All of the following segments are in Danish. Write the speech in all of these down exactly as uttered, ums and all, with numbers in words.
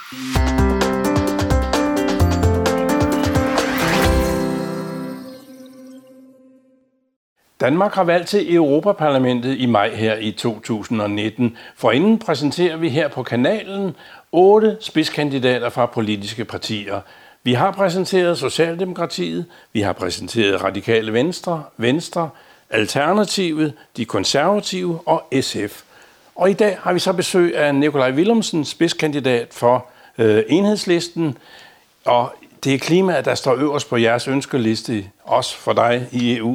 Danmark har valgt til Europaparlamentet i maj her i to tusind og nitten. Forinden præsenterer vi her på kanalen otte spidskandidater fra politiske partier. Vi har præsenteret Socialdemokratiet, vi har præsenteret Radikale Venstre, Venstre, Alternativet, De Konservative og S F. Og i dag har vi så besøg af Nikolaj Villumsen, spidskandidat for øh, Enhedslisten. Og det er klimaet, der står øverst på jeres ønskeliste, også for dig i E U.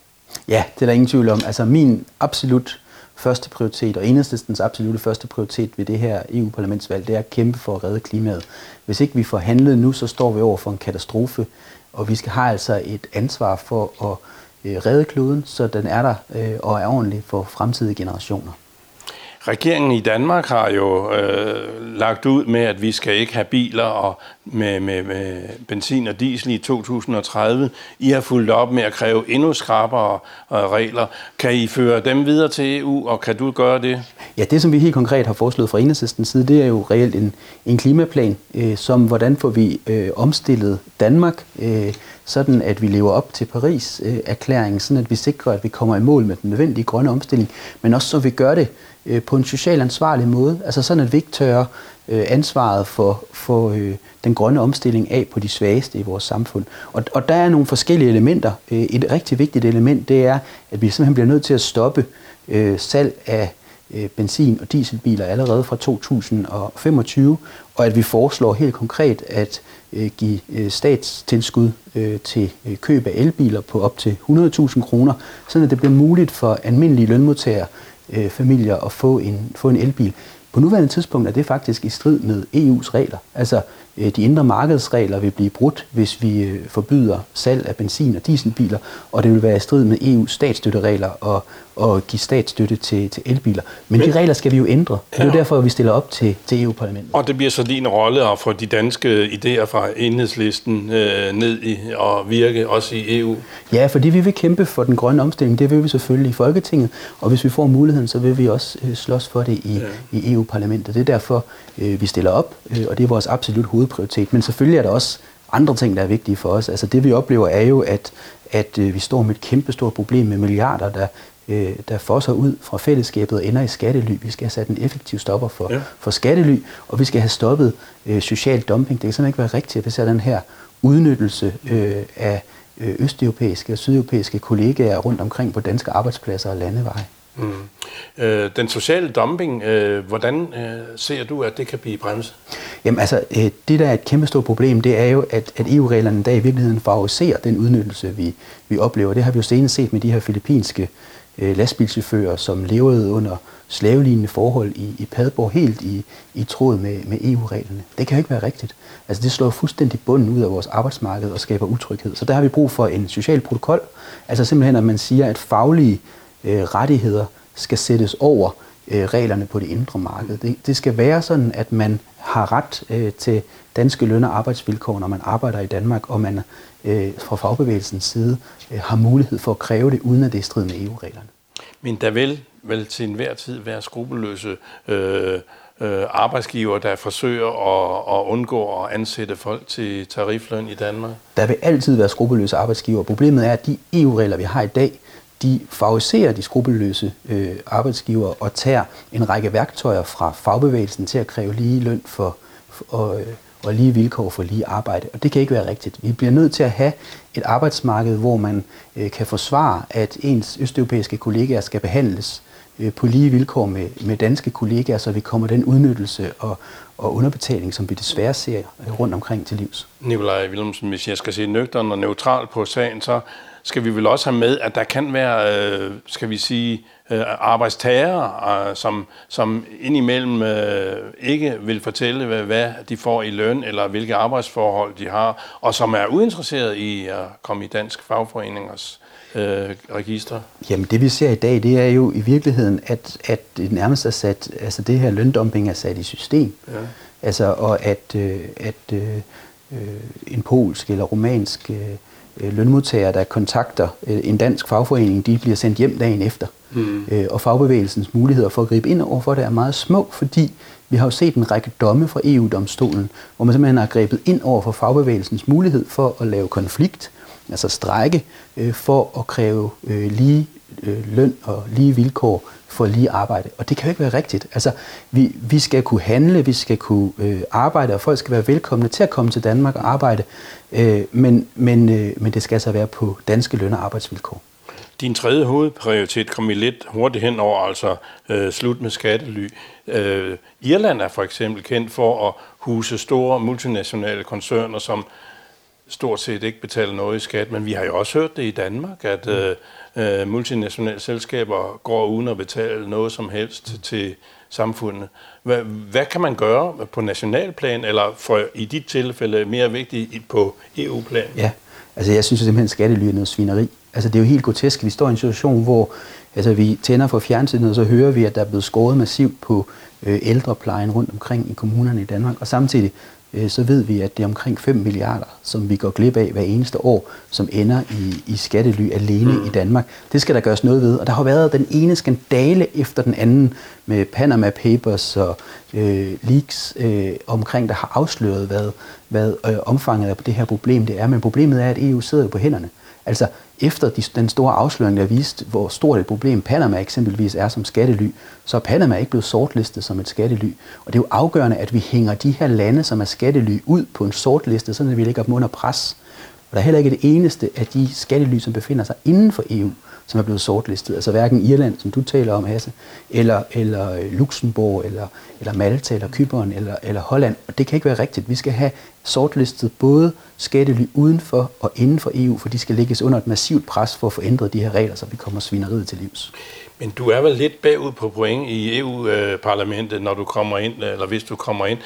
Ja, det er der ingen tvivl om. Altså min absolut første prioritet, og Enhedslistens absolutte første prioritet ved det her E U-parlamentsvalg, det er at kæmpe for at redde klimaet. Hvis ikke vi får handlet nu, så står vi over for en katastrofe, og vi skal have altså et ansvar for at øh, redde kloden, så den er der øh, og er ordentlig for fremtidige generationer. Regeringen i Danmark har jo øh, lagt ud med, at vi skal ikke have biler og med, med, med benzin og diesel i to tusind og tredive. I har fulgt op med at kræve endnu skrappere øh, regler. Kan I føre dem videre til E U, og kan du gøre det? Ja, det som vi helt konkret har foreslået fra Enhedslistens side, det er jo reelt en, en klimaplan, øh, som hvordan får vi øh, omstillet Danmark, øh, sådan at vi lever op til Paris-erklæringen, øh, sådan at vi sikrer, at vi kommer i mål med den nødvendige grønne omstilling, men også så vi gør det på en socialt ansvarlig måde, altså sådan at vi ikke tørrer øh, ansvaret for, for øh, den grønne omstilling af på de svageste i vores samfund. Og, og der er nogle forskellige elementer. Et rigtig vigtigt element, det er, at vi simpelthen bliver nødt til at stoppe øh, salg af øh, benzin- og dieselbiler allerede fra to tusind og femogtyve, og at vi foreslår helt konkret at øh, give øh, statstilskud øh, til øh, køb af elbiler på op til hundrede tusind kroner, sådan at det bliver muligt for almindelige lønmodtagere familier at få en, få en elbil. På nuværende tidspunkt er det faktisk i strid med E U's regler. Altså, de indre markedsregler vil blive brudt, hvis vi forbyder salg af benzin- og dieselbiler, og det vil være i strid med E U's statsstøtteregler og, og give statsstøtte til, til elbiler. Men, Men de regler skal vi jo ændre. Det er jo derfor, vi stiller op til, til E U-parlamentet. Og det bliver så din rolle at få de danske idéer fra Enhedslisten øh, ned i og virke også i E U? Ja, fordi vi vil kæmpe for den grønne omstilling. Det vil vi selvfølgelig i Folketinget, og hvis vi får muligheden, så vil vi også øh, slås for det i, ja. i E U-parlamentet. Det er derfor, øh, vi stiller op, øh, og det er vores absolut hovedprioritet. Men selvfølgelig er der også andre ting, der er vigtige for os. Altså det vi oplever er jo, at, at øh, vi står med et kæmpestort problem med milliarder, der, øh, der fosser ud fra fællesskabet og ender i skattely. Vi skal have sat en effektiv stopper for, ja. for skattely, og vi skal have stoppet øh, social dumping. Det kan simpelthen ikke være rigtigt, at vi ser den her udnyttelse øh, af øh, østeuropæiske og sydeuropæiske kollegaer rundt omkring på danske arbejdspladser og landeveje. Mm. Øh, den sociale dumping, øh, hvordan øh, ser du, at det kan blive bremset? Jamen altså, øh, det der er et kæmpestort problem, det er jo, at, at E U-reglerne i dag i virkeligheden favoriserer den udnyttelse, vi, vi oplever. Det har vi jo senest set med de her filippinske øh, lastbilchauffører, som levede under slavelignende forhold i, i Padborg, helt i, i tråd med, med E U-reglerne. Det kan jo ikke være rigtigt. Altså det slår fuldstændig bunden ud af vores arbejdsmarked og skaber utryghed. Så der har vi brug for en social protokol. Altså simpelthen, at man siger, at faglige øh, rettigheder skal sættes over øh, reglerne på det indre marked. Det, det skal være sådan, at man har ret øh, til danske løn- og arbejdsvilkår, når man arbejder i Danmark, og man øh, fra fagbevægelsens side øh, har mulighed for at kræve det, uden at det er i strid med E U-reglerne. Men der vil vel til enhver tid være skrupelløse øh, øh, arbejdsgiver, der forsøger at, at undgå at ansætte folk til tarifløn i Danmark? Der vil altid være skrupelløse arbejdsgiver. Problemet er, at de E U-regler, vi har i dag, de favoriserer de skrupelløse øh, arbejdsgivere og tager en række værktøjer fra fagbevægelsen til at kræve lige løn for, for, og, og lige vilkår for lige arbejde. Og det kan ikke være rigtigt. Vi bliver nødt til at have et arbejdsmarked, hvor man øh, kan forsvare, at ens østeuropæiske kollegaer skal behandles øh, på lige vilkår med, med danske kollegaer, så vi kommer den udnyttelse og, og underbetaling, som vi desværre ser øh, rundt omkring til livs. Nikolaj Villumsen, hvis jeg skal se nøgtern og neutral på sagen, så skal vi vel også have med, at der kan være, øh, skal vi sige, øh, arbejdstagere, øh, som, som indimellem øh, ikke vil fortælle, hvad, hvad de får i løn, eller hvilke arbejdsforhold de har, og som er uinteresserede i at komme i dansk fagforeningers øh, register. Jamen det vi ser i dag, det er jo i virkeligheden, at, at det nærmest er sat, altså det her løndumping er sat i system. Ja. Altså, og at, øh, at øh, en polsk eller romansk øh, øh, lønmodtagere, der kontakter øh, en dansk fagforening, de bliver sendt hjem dagen efter. Mm. Øh, og fagbevægelsens muligheder for at gribe ind overfor det er meget små, fordi vi har jo set en række domme fra E U-domstolen, hvor man simpelthen har grebet ind over for fagbevægelsens mulighed for at lave konflikt, altså strejke, øh, for at kræve øh, lige øh, løn og lige vilkår for lige arbejde. Og det kan jo ikke være rigtigt. Altså, vi, vi skal kunne handle, vi skal kunne øh, arbejde, og folk skal være velkomne til at komme til Danmark og arbejde, øh, men, men, øh, men det skal altså være på danske løn- og arbejdsvilkår. Din tredje hovedprioritet kom vi lidt hurtigt hen over, altså øh, slut med skattely. Øh, Irland er for eksempel kendt for at huse store multinationale koncerner, som stort set ikke betaler noget i skat, men vi har jo også hørt det i Danmark, at øh, øh, multinationale selskaber går uden at betale noget som helst til samfundet. Hvad, hvad kan man gøre på nationalplan, eller for i dit tilfælde mere vigtigt på E U-plan? Ja, altså jeg synes simpelthen, at skattely er noget svineri. Altså det er jo helt grotesk. Vi står i en situation, hvor altså, vi tænder for fjernsynet, og så hører vi, at der er blevet skåret massivt på øh, ældreplejen rundt omkring i kommunerne i Danmark. Og samtidig øh, så ved vi, at det er omkring fem milliarder, som vi går glip af hver eneste år, som ender i, i skattely alene mm. i Danmark. Det skal der gøres noget ved. Og der har været den ene skandale efter den anden med Panama Papers og øh, leaks øh, omkring, der har afsløret, hvad, hvad øh, omfanget af det her problem det er. Men problemet er, at E U sidder på hænderne. Altså, efter de, den store afsløring, der viste, hvor stort et problem Panama eksempelvis er som skattely, så er Panama ikke blevet sortlistet som et skattely. Og det er jo afgørende, at vi hænger de her lande, som er skattely, ud på en sortliste, sådan at vi lægger dem under pres. Og der er heller ikke det eneste af de skattely, som befinder sig inden for E U, som er blevet sortlistet. Altså hverken Irland, som du taler om, Hasse, eller, eller Luxembourg, eller, eller Malta, eller Cypern, eller, eller Holland. Og det kan ikke være rigtigt. Vi skal have sortlistet både skattely uden for og inden for E U, for de skal lægges under et massivt pres for at få ændret de her regler, så vi kommer svineriet til livs. Men du er vel lidt bagud på point i E U-parlamentet, når du kommer ind, eller hvis du kommer ind.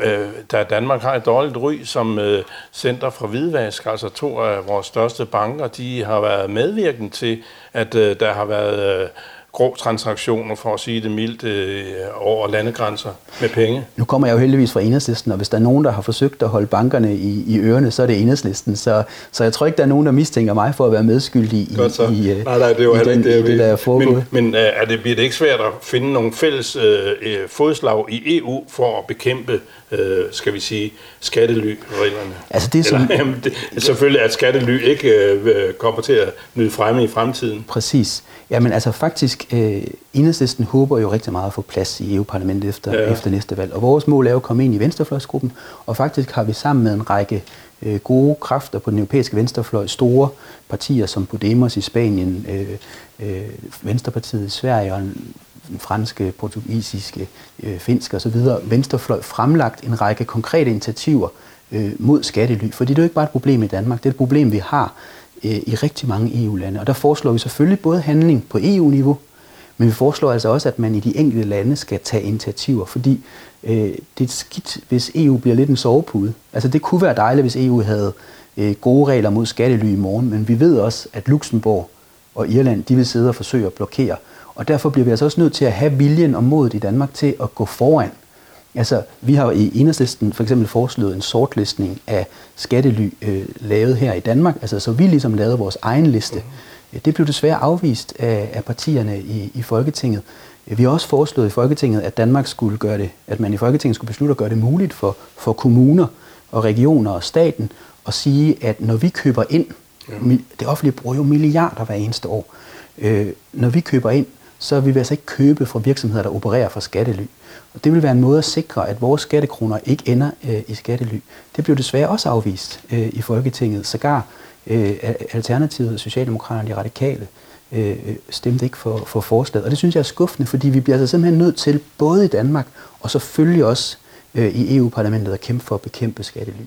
Da Danmark har et dårligt ry som center for hvidvask, altså to af vores største banker, de har været medvirkende til, at der har været grå transaktioner, for at sige det mildt, øh, over landegrænser med penge. Nu kommer jeg jo heldigvis fra Enhedslisten, og hvis der er nogen, der har forsøgt at holde bankerne i, i ørerne, så er det Enhedslisten. Så, så jeg tror ikke, der er nogen, der mistænker mig for at være medskyldig i, Godt så. i, nej, nej, det, var i, den, det, i det, der er foregået. Men, men er det, bliver det ikke svært at finde nogle fælles øh, fodslag i E U for at bekæmpe, øh, skal vi sige, skattely-reglerne? Altså det, som, Eller, jamen, det, selvfølgelig, at skattely ikke øh, kommer til at nyde fremme i fremtiden. Præcis. Jamen altså faktisk, øh, Enhedslisten håber jo rigtig meget at få plads i E U-parlamentet efter, ja. efter næste valg. Og vores mål er jo at komme ind i venstrefløjsgruppen, og faktisk har vi sammen med en række øh, gode kræfter på den europæiske venstrefløj, store partier som Podemos i Spanien, øh, øh, Venstrepartiet i Sverige og den franske, portugisiske, øh, finske osv., venstrefløj fremlagt en række konkrete initiativer øh, mod skattely. Fordi det er jo ikke bare et problem i Danmark, det er et problem, vi har i rigtig mange E U-lande. Og der foreslår vi selvfølgelig både handling på E U-niveau, men vi foreslår altså også, at man i de enkelte lande skal tage initiativer, fordi øh, det er skidt, hvis E U bliver lidt en sovepude. Altså det kunne være dejligt, hvis E U havde øh, gode regler mod skattely i morgen, men vi ved også, at Luxembourg og Irland, de vil sidde og forsøge at blokere. Og derfor bliver vi altså også nødt til at have viljen og modet i Danmark til at gå foran. Altså, vi har i Enhedslisten for eksempel foreslået en sortlistning af skattely øh, lavet her i Danmark, altså så vi ligesom lavede vores egen liste. Det blev desværre afvist af, af partierne i, i Folketinget. Vi har også foreslået i Folketinget, at Danmark skulle gøre det, at man i Folketinget skulle beslutte at gøre det muligt for, for kommuner og regioner og staten at sige, at når vi køber ind, ja. det offentlige bruger jo milliarder hver eneste år, øh, når vi køber ind, så vil vi altså ikke købe fra virksomheder, der opererer for skattely. Og det vil være en måde at sikre, at vores skattekroner ikke ender øh, i skattely. Det blev desværre også afvist øh, i Folketinget. Sågar øh, Alternativet, Socialdemokraterne og de Radikale øh, stemte ikke for, for forslaget. Og det synes jeg er skuffende, fordi vi bliver altså simpelthen nødt til, både i Danmark og selvfølgelig også øh, i E U-parlamentet, at kæmpe for at bekæmpe skattely.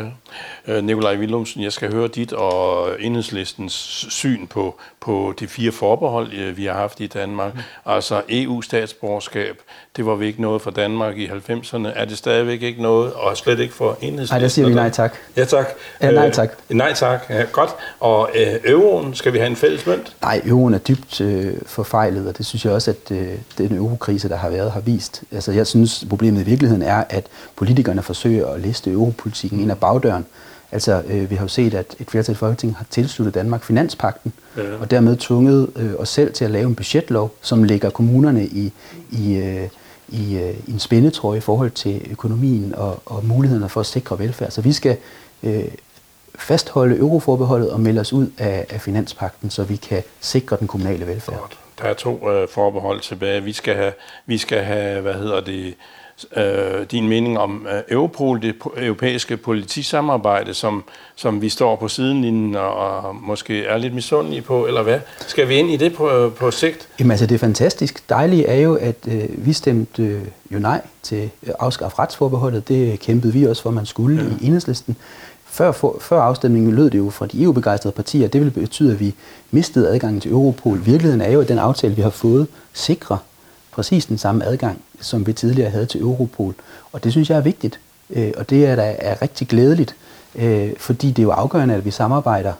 Ja. Nikolaj Villumsen, jeg skal høre dit og Enhedslistens syn på, på de fire forbehold, vi har haft i Danmark. Mm. Altså E U-statsborgerskab, det var vi ikke noget for Danmark i halvfemserne. Er det stadigvæk ikke noget, og slet ikke for Enhedslisten? Nej, der siger vi nej tak. Ja tak. Ja, nej tak. Øh, nej tak, ja, godt. Og øh, euroen, skal vi have en fælles mønt? Nej, euroen er dybt øh, forfejlet, og det synes jeg også, at øh, den eurokrise, der har været, har vist. Altså jeg synes, problemet i virkeligheden er, at politikerne forsøger at liste europolitikken ind af bagdøren. Altså, øh, vi har jo set, at et flertal i Folketinget har tilsluttet Danmark Finanspagten, ja. og dermed tvunget øh, os selv til at lave en budgetlov, som lægger kommunerne i, i, øh, i, øh, i en spændetrøje i forhold til økonomien og, og mulighederne for at sikre velfærd. Så vi skal øh, fastholde euroforbeholdet og melde os ud af, af Finanspagten, så vi kan sikre den kommunale velfærd. Godt. Der er to øh, forbehold tilbage. Vi skal have, vi skal have, hvad hedder det, øh, din mening om øh, Europol, det europæiske politisamarbejde, som, som vi står på sidelinjen og, og måske er lidt misundelige på, eller hvad? Skal vi ind i det på, på sigt? Jamen altså, det er fantastisk. Dejligt er jo, at øh, vi stemte øh, jo nej til at afskaffe retsforbeholdet. Det kæmpede vi også for, man skulle ja. i Enhedslisten. Før, for, før afstemningen lød det jo fra de E U-begejstrede partier, det ville betyde, at vi mistede adgangen til Europol. Virkeligheden er jo, at den aftale, vi har fået, sikrer præcis den samme adgang, som vi tidligere havde til Europol. Og det synes jeg er vigtigt, og det er da er rigtig glædeligt, fordi det er jo afgørende, at vi samarbejder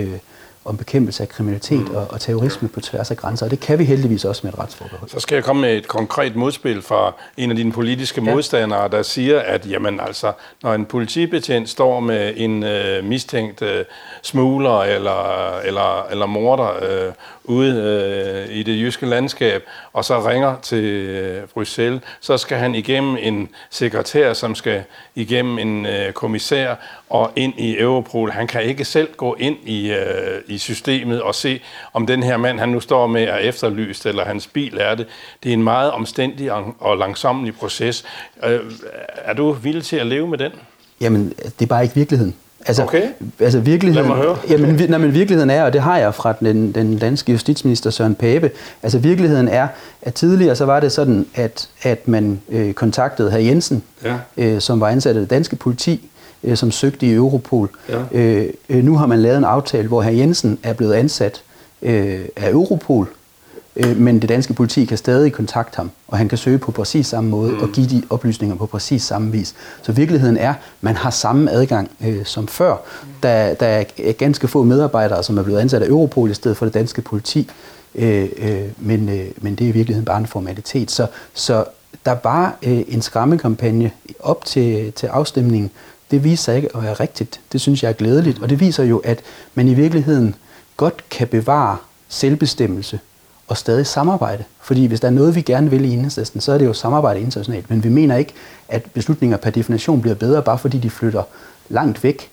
om bekæmpelse af kriminalitet og, og terrorisme på tværs af grænser, og det kan vi heldigvis også med et retsforbehold. Så skal jeg komme med et konkret modspil fra en af dine politiske ja. modstandere, der siger, at jamen, altså, når en politibetjent står med en øh, mistænkt øh, smugler eller, eller, eller morder øh, ude øh, i det jyske landskab, og så ringer til øh, Bruxelles, så skal han igennem en sekretær, som skal igennem en øh, kommissær og ind i Europol. Han kan ikke selv gå ind i, øh, i systemet og se, om den her mand, han nu står med, er efterlyst, eller hans bil er det. Det er en meget omstændig og langsomlig proces. Øh, er du villig til at leve med den? Jamen, det er bare ikke virkeligheden. Altså, okay. altså virkeligheden, Lad mig høre. Jamen, nej, men virkeligheden er, og det har jeg fra den, den danske justitsminister Søren Pape, altså virkeligheden er, at tidligere så var det sådan, at, at man øh, kontaktede hr. Jensen, ja. øh, som var ansat af det danske politi, øh, som søgte i Europol. Ja. Øh, øh, nu har man lavet en aftale, hvor hr. Jensen er blevet ansat øh, af Europol, øh, men det danske politi kan stadig kontakte ham, og han kan søge på præcis samme måde mm. og give de oplysninger på præcis samme vis. Så virkeligheden er, at man har samme adgang øh, som før. Der, der er ganske få medarbejdere, som er blevet ansat af Europol i stedet for det danske politi, øh, øh, men, øh, men det er i virkeligheden bare en formalitet. Så, så der var øh, en skræmmekampagne op til, til afstemningen. Det viser sig ikke at være rigtigt. Det synes jeg er glædeligt, og det viser jo, at man i virkeligheden godt kan bevare selvbestemmelse og stadig samarbejde. Fordi hvis der er noget, vi gerne vil i Enhedslisten, så er det jo samarbejde internationalt. Men vi mener ikke, at beslutninger per definition bliver bedre, bare fordi de flytter langt væk.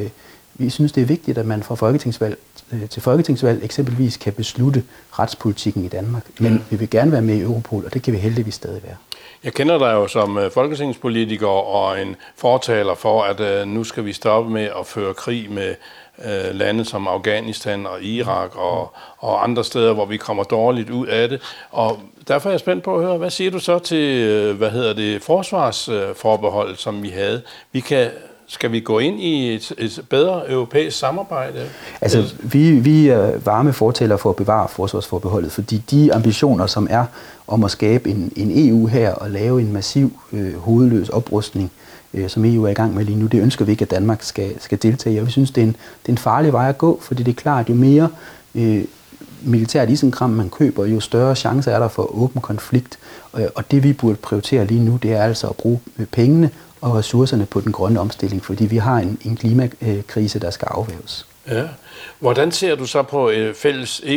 Vi synes, det er vigtigt, at man fra folketingsvalg til folketingsvalg eksempelvis kan beslutte retspolitikken i Danmark. Men vi vil gerne være med i Europol, og det kan vi heldigvis stadig være. Jeg kender dig jo som folketingspolitiker og en fortaler for, at nu skal vi stoppe med at føre krig med lande som Afghanistan og Irak og, og andre steder, hvor vi kommer dårligt ud af det. Og derfor er jeg spændt på at høre, hvad siger du så til, hvad hedder det, forsvarsforbeholdet, som vi havde? Vi kan, skal vi gå ind i et, et bedre europæisk samarbejde? Altså, vi, vi er varme fortalere for at bevare forsvarsforbeholdet, fordi de ambitioner, som er om at skabe en, en E U her og lave en massiv øh, hovedløs oprustning, som E U er i gang med lige nu, det ønsker vi ikke, at Danmark skal, skal deltage i. Og vi synes, det er, en, det er en farlig vej at gå, fordi det er klart, at jo mere øh, militært isenkram man køber, jo større chance er der for åben konflikt. Og, og det vi burde prioritere lige nu, det er altså at bruge pengene og ressourcerne på den grønne omstilling, fordi vi har en, en klimakrise, der skal afværges. Ja. Hvordan ser du så på øh, fælles E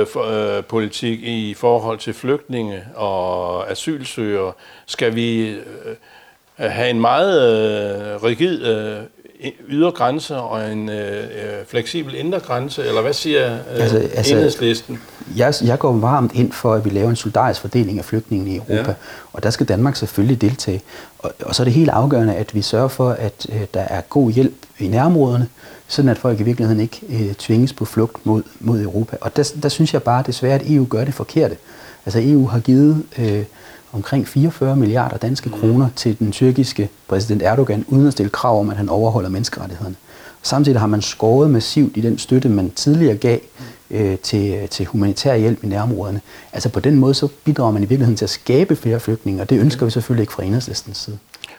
U-politik øh, i forhold til flygtninge og asylsøgere? Skal vi øh, have en meget øh, rigid øh, ydre grænse og en øh, fleksibel indre grænse, eller hvad siger øh, altså, altså, Enhedslisten? Jeg, jeg går varmt ind for, at vi laver en solidarisk fordeling af flygtningene i Europa, ja. Og der skal Danmark selvfølgelig deltage. Og, og så er det helt afgørende, at vi sørger for, at øh, der er god hjælp i nærområderne, sådan at folk i virkeligheden ikke øh, tvinges på flugt mod, mod Europa. Og der, der synes jeg bare desværre, at E U gør det forkerte. Altså E U har givet øh, omkring fireogfyrre milliarder danske kroner til den tyrkiske præsident Erdogan, uden at stille krav om, at han overholder menneskerettighederne. Samtidig har man skåret massivt i den støtte, man tidligere gav øh, til, til humanitær hjælp i nærområderne. Altså på den måde, så bidrager man i virkeligheden til at skabe flere flygtninge, og det ønsker vi selvfølgelig ikke fra Enhedslistens side.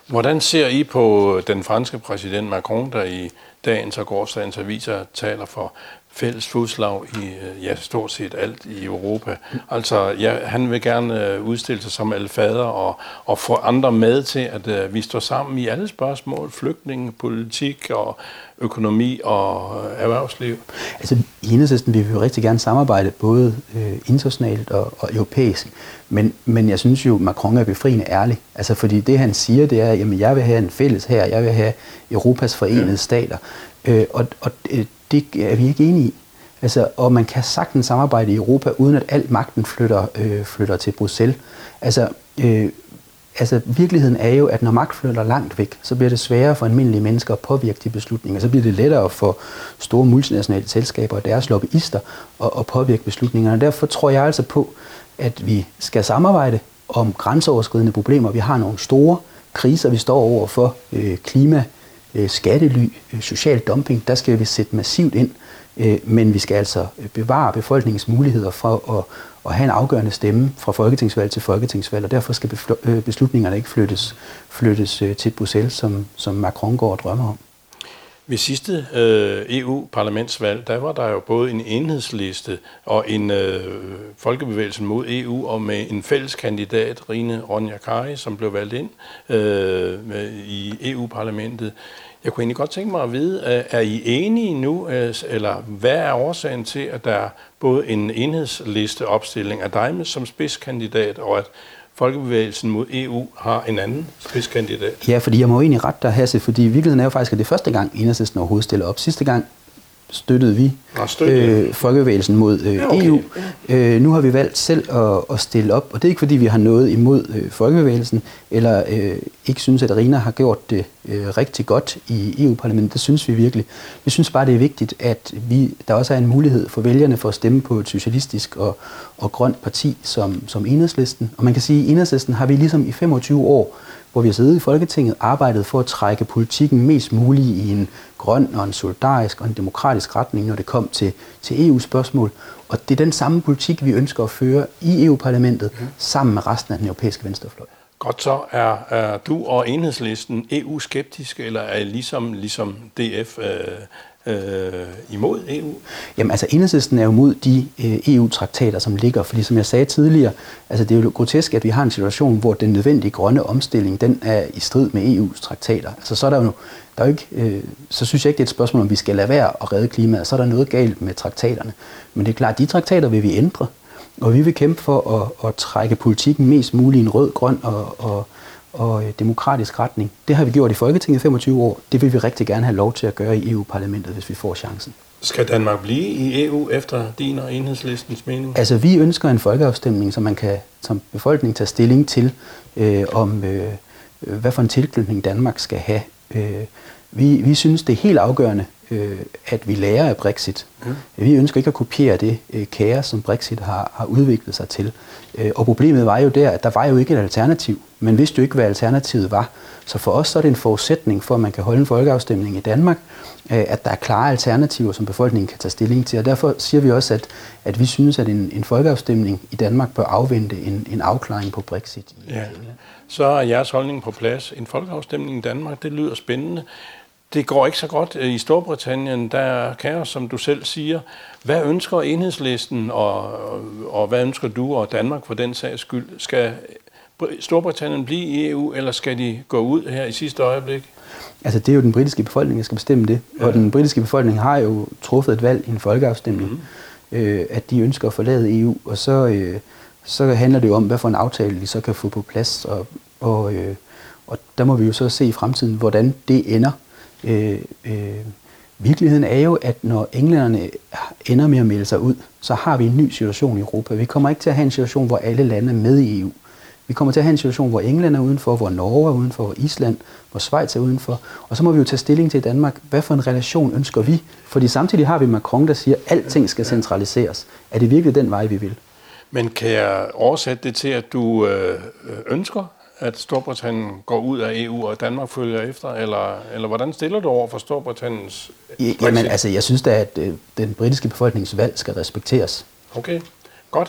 Hvordan ser I på den franske præsident Macron, der i dagens og gårsdagens aviser taler for fælles fodslag i ja, stort set alt i Europa? Altså, ja, han vil gerne udstille sig som alfader og, og få andre med til, at uh, vi står sammen i alle spørgsmål, flygtninge, politik og økonomi og erhvervsliv. Altså, i Enhedslisten vil vi jo rigtig gerne samarbejde, både øh, internationalt og, og europæisk. Men, men jeg synes jo, Macron er befriende ærlig. Altså, fordi det, han siger, det er, at jeg vil have en fælles her, jeg vil have Europas forenede ja. stater. Øh, og og det er vi ikke enige i. Altså, og man kan sagtens samarbejde i Europa, uden at al magten flytter, øh, flytter til Bruxelles. Altså, øh, altså, virkeligheden er jo, at når magt flytter langt væk, så bliver det sværere for almindelige mennesker at påvirke de beslutninger. Så bliver det lettere for store multinationale selskaber og deres lobbyister at, at påvirke beslutningerne. Og derfor tror jeg altså på, at vi skal samarbejde om grænseoverskridende problemer. Vi har nogle store kriser, vi står over for. Øh, klima, øh, skattely, øh, social dumping. Der skal vi sætte massivt ind. Men vi skal altså bevare befolkningens muligheder for at, at have en afgørende stemme fra folketingsvalg til folketingsvalg, og derfor skal beslutningerne ikke flyttes, flyttes til Bruxelles, som, som Macron går og drømmer om. Ved sidste øh, E U-parlamentsvalg, der var der jo både en enhedsliste og en øh, folkebevægelse mod E U, og med en fælles kandidat, Rine Ronja Kari, som blev valgt ind øh, i E U-parlamentet. Jeg kunne egentlig godt tænke mig at vide, er I enige nu, eller hvad er årsagen til, at der er både en enhedsliste opstilling af dig som spidskandidat, og at Folkebevægelsen mod E U har en anden spidskandidat? Ja, fordi jeg må egentlig rette dig, Hasse, fordi virkeligheden er jo faktisk, at det er første gang, Enhedslisten overhovedet stiller op. Sidste gang støttede vi Nå, støttede. Øh, Folkebevægelsen mod øh, ja, okay. E U. Øh, nu har vi valgt selv at, at stille op, og det er ikke fordi, vi har noget imod øh, Folkebevægelsen, eller øh, ikke synes, at Rina har gjort det øh, rigtig godt i E U-parlamentet. Det synes vi virkelig. Vi synes bare, det er vigtigt, at vi, der også er en mulighed for vælgerne for at stemme på et socialistisk og, og grønt parti som, som Enhedslisten. Og man kan sige, at Enhedslisten har vi ligesom i femogtyve år, hvor vi har siddet i Folketinget, arbejdet for at trække politikken mest muligt i en grøn og en solidarisk og en demokratisk retning, når det kom til, til E U-spørgsmål. Og det er den samme politik, vi ønsker at føre i E U-parlamentet, mm. sammen med resten af den europæiske venstrefløj. Godt, så er, er du og Enhedslisten E U-skeptiske, eller er I ligesom, ligesom D F øh, øh, imod E U? Jamen altså, Enhedslisten er jo mod de øh, E U-traktater, som ligger, fordi som jeg sagde tidligere, altså det er jo grotesk, at vi har en situation, hvor den nødvendige grønne omstilling, den er i strid med E U's traktater. Altså så er der jo, der er jo ikke, øh, så synes jeg ikke, det er et spørgsmål, om vi skal lade være at redde klimaet, så er der noget galt med traktaterne. Men det er klart, at de traktater vil vi ændre, og vi vil kæmpe for at, at trække politikken mest muligt i en rød, grøn og, og, og demokratisk retning. Det har vi gjort i Folketinget i femogtyve år. Det vil vi rigtig gerne have lov til at gøre i E U-parlamentet, hvis vi får chancen. Skal Danmark blive i E U efter din og Enhedslistens mening? Altså, vi ønsker en folkeafstemning, så man kan som befolkning tage stilling til, øh, om øh, hvad for en tilknytning Danmark skal have. Øh, vi, vi synes, det er helt afgørende, øh, at vi lærer af Brexit. Mm. Vi ønsker ikke at kopiere det øh, kaos, som Brexit har, har udviklet sig til. Øh, og problemet var jo der, at der var jo ikke et alternativ. Men vidste jo ikke, hvad alternativet var. Så for os så er det en forudsætning for, at man kan holde en folkeafstemning i Danmark, øh, at der er klare alternativer, som befolkningen kan tage stilling til. Og derfor siger vi også, at, at vi synes, at en, en folkeafstemning i Danmark bør afvente en, en afklaring på Brexit i ja. Så er jeres holdning på plads. En folkeafstemning i Danmark, det lyder spændende. Det går ikke så godt i Storbritannien. Der er kaos, som du selv siger. Hvad ønsker Enhedslisten, og, og hvad ønsker du og Danmark for den sags skyld? Skal Storbritannien blive i E U, eller skal de gå ud her i sidste øjeblik? Altså, det er jo den britiske befolkning, der skal bestemme det. Ja. Og den britiske befolkning har jo truffet et valg i en folkeafstemning, mm. øh, at de ønsker at forlade E U. Og så, øh, så handler det jo om, hvad for en aftale de så kan få på plads. Og, og, øh, og der må vi jo så se i fremtiden, hvordan det ender. Øh, øh, virkeligheden er jo, at når englænderne ender med at melde sig ud, så har vi en ny situation i Europa. Vi kommer ikke til at have en situation, hvor alle lande er med i E U. Vi kommer til at have en situation, hvor England er udenfor, hvor Norge er udenfor, hvor Island, hvor Schweiz er udenfor. Og så må vi jo tage stilling til i Danmark, hvad for en relation ønsker vi? Fordi samtidig har vi Macron, der siger, at alting skal centraliseres. Er det virkelig den vej, vi vil? Men kan jeg oversætte det til, at du øh, ønsker, at Storbritannien går ud af E U, og Danmark følger efter? Eller, eller hvordan stiller du over for Storbritanniens Brexit? Jamen, altså, jeg synes da, at øh, den britiske befolkningsvalg skal respekteres. Okay, godt.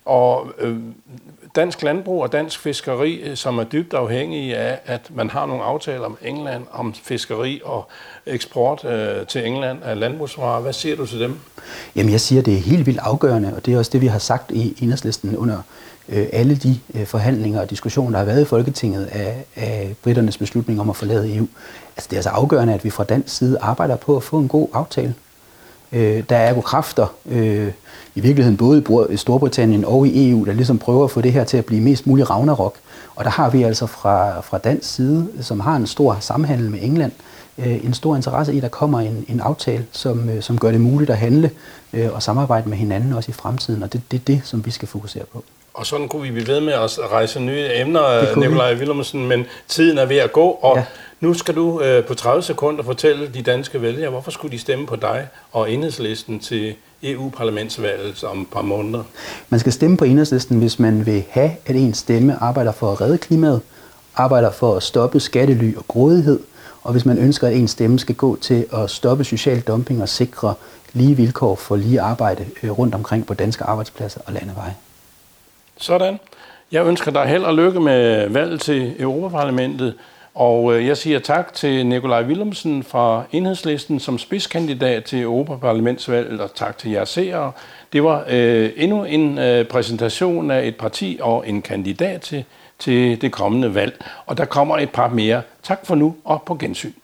Og øh, dansk landbrug og dansk fiskeri, som er dybt afhængige af, at man har nogle aftaler med England om fiskeri og eksport øh, til England af landbrugsvarer. Hvad siger du til dem? Jamen jeg siger, det er helt vildt afgørende, og det er også det, vi har sagt i Enhedslisten under øh, alle de øh, forhandlinger og diskussioner, der har været i Folketinget af, af britternes beslutning om at forlade E U. Altså det er altså afgørende, at vi fra dansk side arbejder på at få en god aftale. Øh, der er jo kræfter, øh, i virkeligheden både i Storbritannien og i E U, der ligesom prøver at få det her til at blive mest muligt ragnarok. Og der har vi altså fra, fra dansk side, som har en stor samhandel med England, øh, en stor interesse i, at der kommer en, en aftale, som, øh, som gør det muligt at handle øh, og samarbejde med hinanden også i fremtiden. Og det er det, det, som vi skal fokusere på. Og sådan kunne vi blive ved med at rejse nye emner, Nikolaj Villumsen, men tiden er ved at gå, og ja. Nu skal du øh, på tredive sekunder fortælle de danske vælgere, hvorfor skulle de stemme på dig og Enhedslisten til E U-parlamentsvalget om et par måneder? Man skal stemme på Enhedslisten, hvis man vil have, at ens stemme arbejder for at redde klimaet, arbejder for at stoppe skattely og grådighed, og hvis man ønsker, at ens stemme skal gå til at stoppe social dumping og sikre lige vilkår for lige arbejde rundt omkring på danske arbejdspladser og landeveje. Sådan. Jeg ønsker dig held og lykke med valget til Europaparlamentet, og jeg siger tak til Nikolaj Villumsen fra Enhedslisten som spidskandidat til Europaparlamentsvalget, og tak til jer seere. Det var øh, endnu en øh, præsentation af et parti og en kandidat til, til det kommende valg, og der kommer et par mere. Tak for nu, og på gensyn.